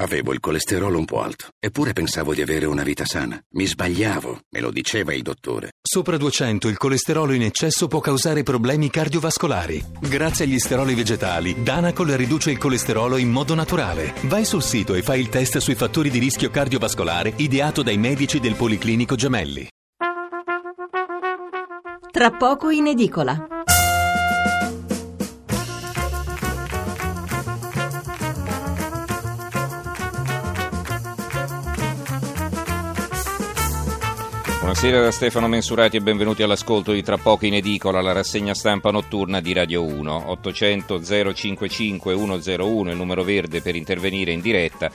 Avevo il colesterolo un po' alto, eppure pensavo di avere una vita sana. Mi sbagliavo, me lo diceva il dottore. Sopra 200 il colesterolo in eccesso può causare problemi cardiovascolari. Grazie agli steroli vegetali, Danacol riduce il colesterolo in modo naturale. Vai sul sito e fai il test sui fattori di rischio cardiovascolare ideato dai medici del Policlinico Gemelli. Tra poco in edicola. Buonasera da Stefano Mensurati e benvenuti all'ascolto di Tra poco in edicola, la rassegna stampa notturna di Radio 1. 800 055 101 il numero verde per intervenire in diretta,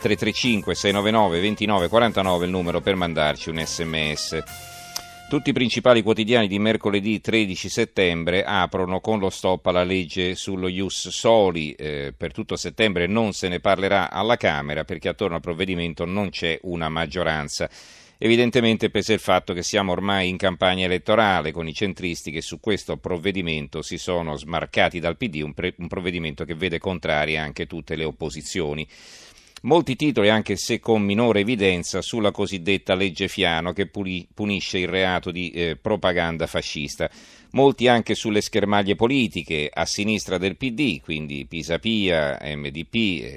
335 699 2949 il numero per mandarci un sms. Tutti i principali quotidiani di mercoledì 13 settembre aprono con lo stop alla legge sullo Ius Soli. Per tutto settembre non se ne parlerà alla Camera perché attorno al provvedimento non c'è una maggioranza. Evidentemente pesa il fatto che siamo ormai in campagna elettorale con i centristi che su questo provvedimento si sono smarcati dal PD, un provvedimento che vede contrarie anche tutte le opposizioni. Molti titoli, anche se con minore evidenza, sulla cosiddetta legge Fiano che punisce il reato di propaganda fascista. Molti anche sulle schermaglie politiche a sinistra del PD, quindi Pisapia, MDP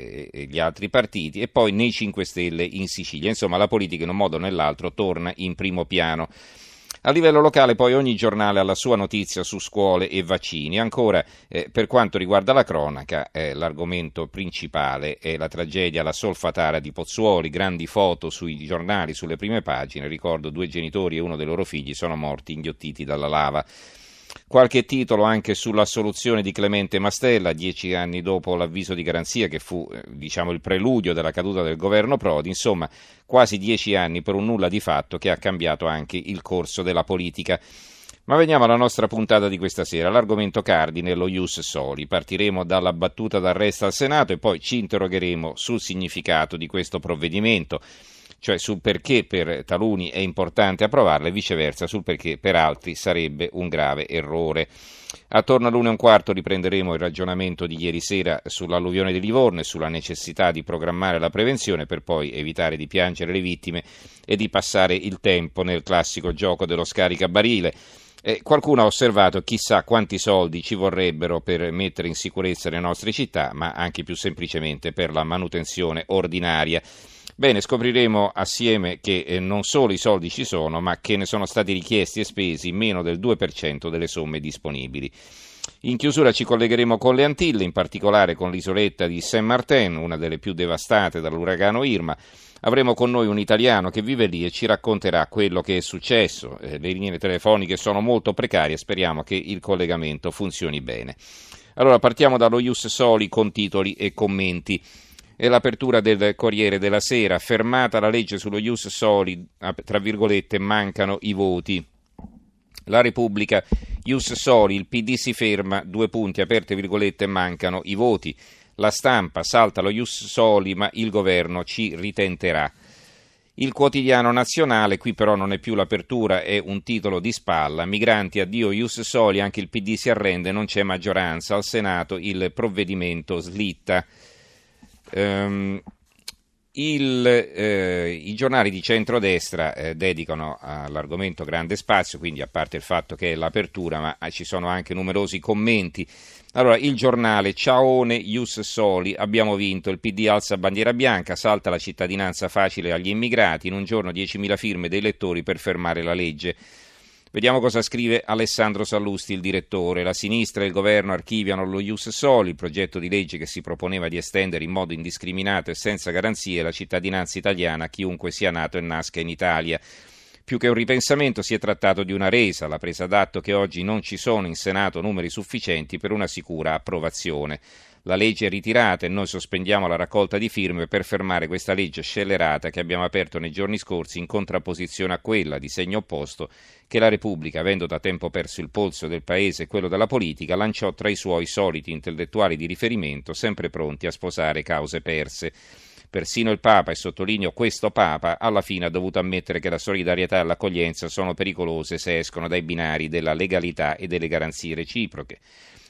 e gli altri partiti, e poi nei 5 Stelle in Sicilia. Insomma, la politica in un modo o nell'altro torna in primo piano. A livello locale poi ogni giornale ha la sua notizia su scuole e vaccini. Ancora, per quanto riguarda la cronaca, l'argomento principale è la tragedia alla Solfatara di Pozzuoli, grandi foto sui giornali, sulle prime pagine. Ricordo 2 genitori e uno dei loro figli sono morti inghiottiti dalla lava. Qualche titolo anche sull'assoluzione di Clemente Mastella, 10 anni dopo l'avviso di garanzia che fu il preludio della caduta del governo Prodi. Insomma, quasi 10 anni per un nulla di fatto che ha cambiato anche il corso della politica. Ma veniamo alla nostra puntata di questa sera, l'argomento cardine, lo Ius Soli. Partiremo dalla battuta d'arresto al Senato e poi ci interrogheremo sul significato di questo provvedimento, cioè sul perché per taluni è importante approvarla e viceversa sul perché per altri sarebbe un grave errore. Attorno all'1:15 riprenderemo il ragionamento di ieri sera sull'alluvione di Livorno e sulla necessità di programmare la prevenzione per poi evitare di piangere le vittime e di passare il tempo nel classico gioco dello scaricabarile. Qualcuno ha osservato chissà quanti soldi ci vorrebbero per mettere in sicurezza le nostre città, ma anche più semplicemente per la manutenzione ordinaria. Bene, scopriremo assieme che non solo i soldi ci sono, ma che ne sono stati richiesti e spesi meno del 2% delle somme disponibili. In chiusura ci collegheremo con le Antille, in particolare con l'isoletta di Saint-Martin, una delle più devastate dall'uragano Irma. Avremo con noi un italiano che vive lì e ci racconterà quello che è successo. Le linee telefoniche sono molto precarie, speriamo che il collegamento funzioni bene. Allora partiamo dallo Ius Soli con titoli e commenti. È l'apertura del Corriere della Sera, fermata la legge sullo Ius Soli, tra virgolette, mancano i voti. La Repubblica, Ius Soli, il PD si ferma, 2 punti, aperte virgolette, mancano i voti. La Stampa, salta lo Ius Soli, ma il governo ci ritenterà. Il Quotidiano Nazionale, qui però non è più l'apertura, è un titolo di spalla, migranti addio Ius Soli, anche il PD si arrende, non c'è maggioranza, al Senato il provvedimento slitta. I giornali di centrodestra dedicano all'argomento grande spazio, quindi a parte il fatto che è l'apertura, ma ci sono anche numerosi commenti. Allora, il giornale, Ciaone, Ius Soli, abbiamo vinto, il PD alza bandiera bianca, salta la cittadinanza facile agli immigrati, in un giorno 10.000 firme dei lettori per fermare la legge. Vediamo cosa scrive Alessandro Sallusti, il direttore. La sinistra e il governo archiviano lo Ius Soli, il progetto di legge che si proponeva di estendere in modo indiscriminato e senza garanzie la cittadinanza italiana a chiunque sia nato e nasca in Italia. Più che un ripensamento si è trattato di una resa, la presa d'atto che oggi non ci sono in Senato numeri sufficienti per una sicura approvazione. La legge è ritirata e noi sospendiamo la raccolta di firme per fermare questa legge scellerata che abbiamo aperto nei giorni scorsi in contrapposizione a quella di segno opposto che la Repubblica, avendo da tempo perso il polso del paese e quello della politica, lanciò tra i suoi soliti intellettuali di riferimento, sempre pronti a sposare cause perse. Persino il Papa, e sottolineo questo Papa, alla fine ha dovuto ammettere che la solidarietà e l'accoglienza sono pericolose se escono dai binari della legalità e delle garanzie reciproche.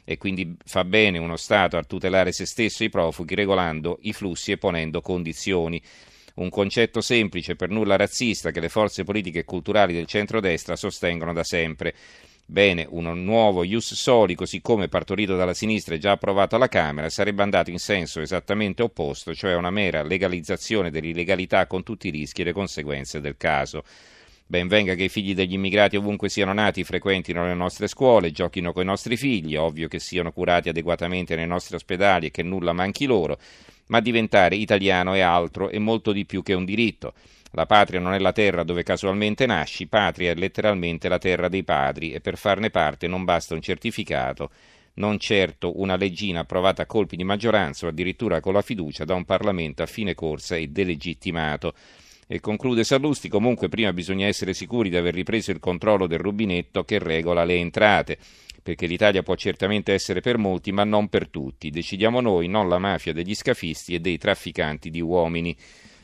e quindi fa bene uno Stato a tutelare se stesso e i profughi regolando i flussi e ponendo condizioni. Un concetto semplice, per nulla razzista, che le forze politiche e culturali del centrodestra sostengono da sempre. Bene, un nuovo ius soli, così come partorito dalla sinistra e già approvato alla Camera, sarebbe andato in senso esattamente opposto, cioè una mera legalizzazione dell'illegalità con tutti i rischi e le conseguenze del caso. Ben venga che i figli degli immigrati ovunque siano nati frequentino le nostre scuole, giochino coi nostri figli, ovvio che siano curati adeguatamente nei nostri ospedali e che nulla manchi loro, ma diventare italiano è altro e molto di più che un diritto. La patria non è la terra dove casualmente nasci, patria è letteralmente la terra dei padri e per farne parte non basta un certificato, non certo una leggina approvata a colpi di maggioranza o addirittura con la fiducia da un Parlamento a fine corsa e delegittimato. E conclude Sallusti, comunque prima bisogna essere sicuri di aver ripreso il controllo del rubinetto che regola le entrate, perché l'Italia può certamente essere per molti ma non per tutti, decidiamo noi, non la mafia degli scafisti e dei trafficanti di uomini.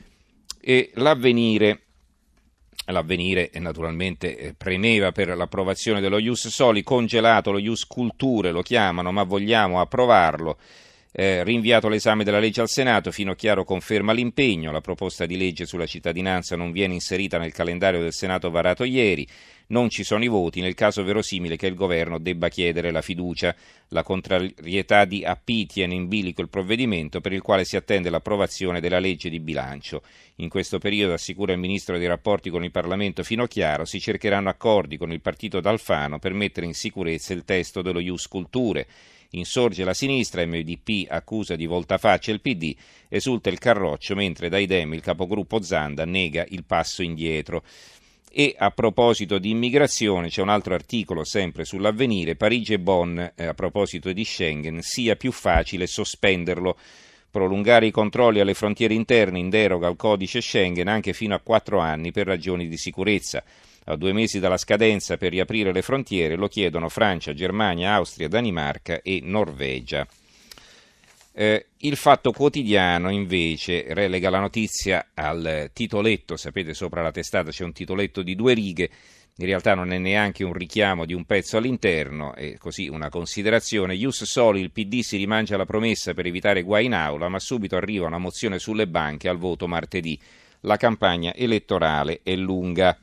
E l'avvenire naturalmente premeva per l'approvazione dello ius soli, congelato lo ius culture lo chiamano, ma vogliamo approvarlo. Rinviato l'esame della legge al Senato, Finocchiaro conferma l'impegno, la proposta di legge sulla cittadinanza non viene inserita nel calendario del Senato varato ieri, non ci sono i voti nel caso verosimile che il governo debba chiedere la fiducia. La contrarietà di AP tiene in bilico il provvedimento per il quale si attende l'approvazione della legge di bilancio. In questo periodo, assicura il ministro dei rapporti con il Parlamento Finocchiaro, si cercheranno accordi con il partito d'Alfano per mettere in sicurezza il testo dello ius culture. Insorge la sinistra, MDP accusa di voltafaccia il PD, esulta il Carroccio, mentre dai Dem il capogruppo Zanda nega il passo indietro. E a proposito di immigrazione c'è un altro articolo sempre sull'Avvenire, Parigi e Bonn, a proposito di Schengen, sia più facile sospenderlo. Prolungare i controlli alle frontiere interne in deroga al codice Schengen anche fino a 4 anni per ragioni di sicurezza. A 2 mesi dalla scadenza per riaprire le frontiere lo chiedono Francia, Germania, Austria, Danimarca e Norvegia. Il Fatto Quotidiano invece relega la notizia al titoletto, sapete sopra la testata c'è un titoletto di 2 righe, in realtà non è neanche un richiamo di un pezzo all'interno, è così una considerazione. Ius soli, il PD si rimangia la promessa per evitare guai in aula, ma subito arriva una mozione sulle banche al voto martedì. La campagna elettorale è lunga.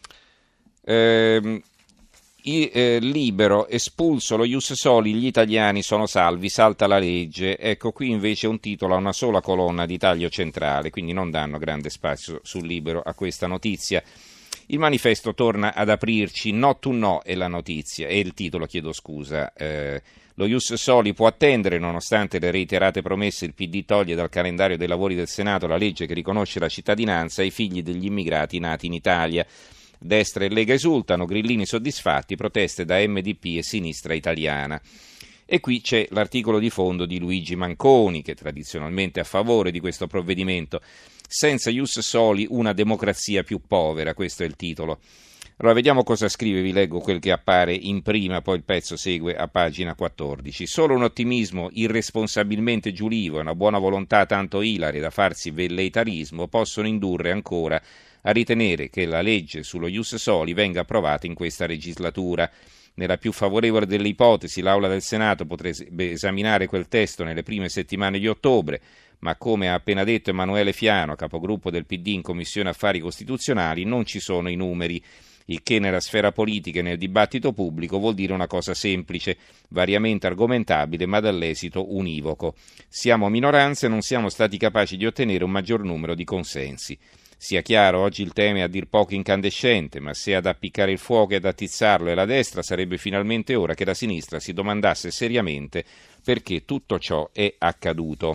Libero, espulso lo ius soli, gli italiani sono salvi, salta la legge. Ecco, qui invece un titolo a una sola colonna di taglio centrale, quindi non danno grande spazio sul Libero a questa notizia. Il manifesto torna ad aprirci, no to no è la notizia, è il titolo, chiedo scusa. Lo ius soli può attendere, nonostante le reiterate promesse il PD toglie dal calendario dei lavori del Senato la legge che riconosce la cittadinanza ai figli degli immigrati nati in Italia. Destra e Lega esultano, grillini soddisfatti, proteste da MDP e Sinistra Italiana. E qui c'è l'articolo di fondo di Luigi Manconi, che tradizionalmente è a favore di questo provvedimento. Senza ius soli una democrazia più povera, questo è il titolo. Allora vediamo cosa scrive, vi leggo quel che appare in prima, poi il pezzo segue a pagina 14. Solo un ottimismo irresponsabilmente giulivo e una buona volontà tanto ilare da farsi velleitarismo possono indurre ancora a ritenere che la legge sullo ius soli venga approvata in questa legislatura. Nella più favorevole delle ipotesi, l'Aula del Senato potrebbe esaminare quel testo nelle prime settimane di ottobre, ma come ha appena detto Emanuele Fiano, capogruppo del PD in Commissione Affari Costituzionali, non ci sono i numeri, il che nella sfera politica e nel dibattito pubblico vuol dire una cosa semplice, variamente argomentabile ma dall'esito univoco. Siamo minoranze e non siamo stati capaci di ottenere un maggior numero di consensi. Sia chiaro, oggi il tema è a dir poco incandescente, ma se ad appiccare il fuoco e ad attizzarlo è la destra, sarebbe finalmente ora che la sinistra si domandasse seriamente perché tutto ciò è accaduto.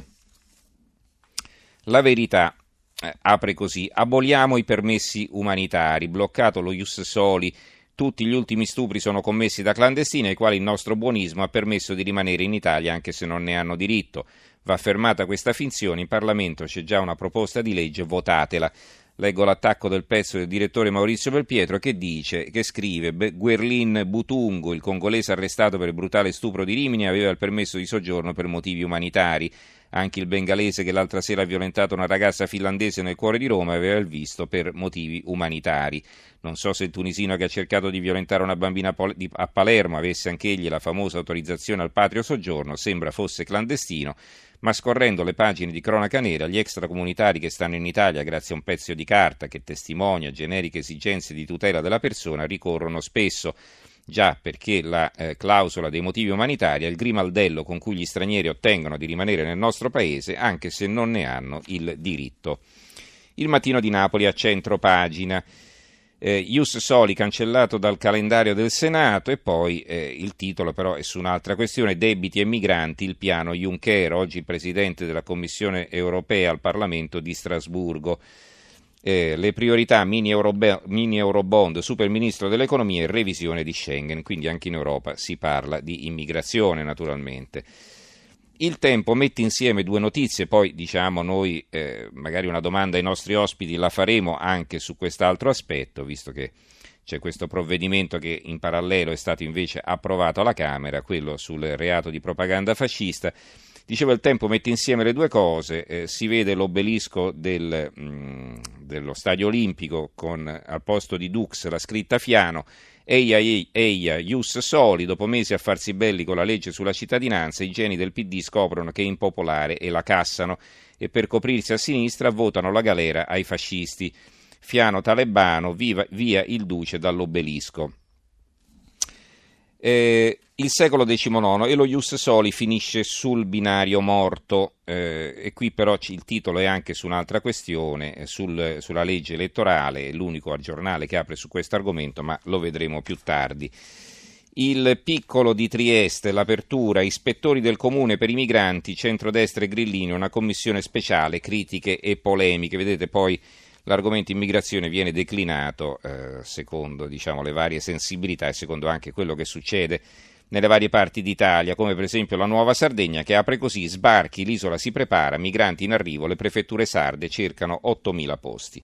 La Verità apre così: aboliamo i permessi umanitari, bloccato lo ius soli, tutti gli ultimi stupri sono commessi da clandestini ai quali il nostro buonismo ha permesso di rimanere in Italia anche se non ne hanno diritto. Va fermata questa finzione, in Parlamento c'è già una proposta di legge, votatela. Leggo l'attacco del pezzo del direttore Maurizio Belpietro che scrive: Guerlin Butungu, il congolese arrestato per il brutale stupro di Rimini, aveva il permesso di soggiorno per motivi umanitari. Anche il bengalese che l'altra sera ha violentato una ragazza finlandese nel cuore di Roma aveva il visto per motivi umanitari. Non so se il tunisino che ha cercato di violentare una bambina a Palermo avesse anch'egli la famosa autorizzazione al patrio soggiorno, sembra fosse clandestino, ma scorrendo le pagine di cronaca nera, gli extracomunitari che stanno in Italia grazie a un pezzo di carta che testimonia generiche esigenze di tutela della persona ricorrono spesso. Già perché la clausola dei motivi umanitari è il grimaldello con cui gli stranieri ottengono di rimanere nel nostro paese anche se non ne hanno il diritto. Il Mattino di Napoli a centro pagina. Ius Soli cancellato dal calendario del Senato e poi il titolo però è su un'altra questione, debiti e migranti, il piano Juncker, oggi il Presidente della Commissione Europea al Parlamento di Strasburgo. Le priorità mini Eurobond, super ministro dell'economia e revisione di Schengen, quindi anche in Europa si parla di immigrazione naturalmente. Il Tempo mette insieme due notizie, poi diciamo noi magari una domanda ai nostri ospiti la faremo anche su quest'altro aspetto, visto che c'è questo provvedimento che in parallelo è stato invece approvato alla Camera, quello sul reato di propaganda fascista. Dicevo, il Tempo mette insieme le due cose, si vede l'obelisco dello Stadio Olimpico con al posto di Dux la scritta Fiano, Eia Ius Soli, dopo mesi a farsi belli con la legge sulla cittadinanza, i geni del PD scoprono che è impopolare e la cassano e per coprirsi a sinistra votano la galera ai fascisti. Fiano talebano, via il duce dall'obelisco. Il secolo XIX e lo Ius Soli finisce sul binario morto e qui però il titolo è anche su un'altra questione, sulla legge elettorale, l'unico giornale che apre su questo argomento, ma lo vedremo più tardi. Il Piccolo di Trieste, l'apertura, ispettori del comune per i migranti, centrodestra e grillini, una commissione speciale, critiche e polemiche. Vedete poi l'argomento immigrazione viene declinato secondo le varie sensibilità e secondo anche quello che succede nelle varie parti d'Italia, come per esempio la Nuova Sardegna che apre così: sbarchi, l'isola si prepara, migranti in arrivo, le prefetture sarde cercano 8.000 posti.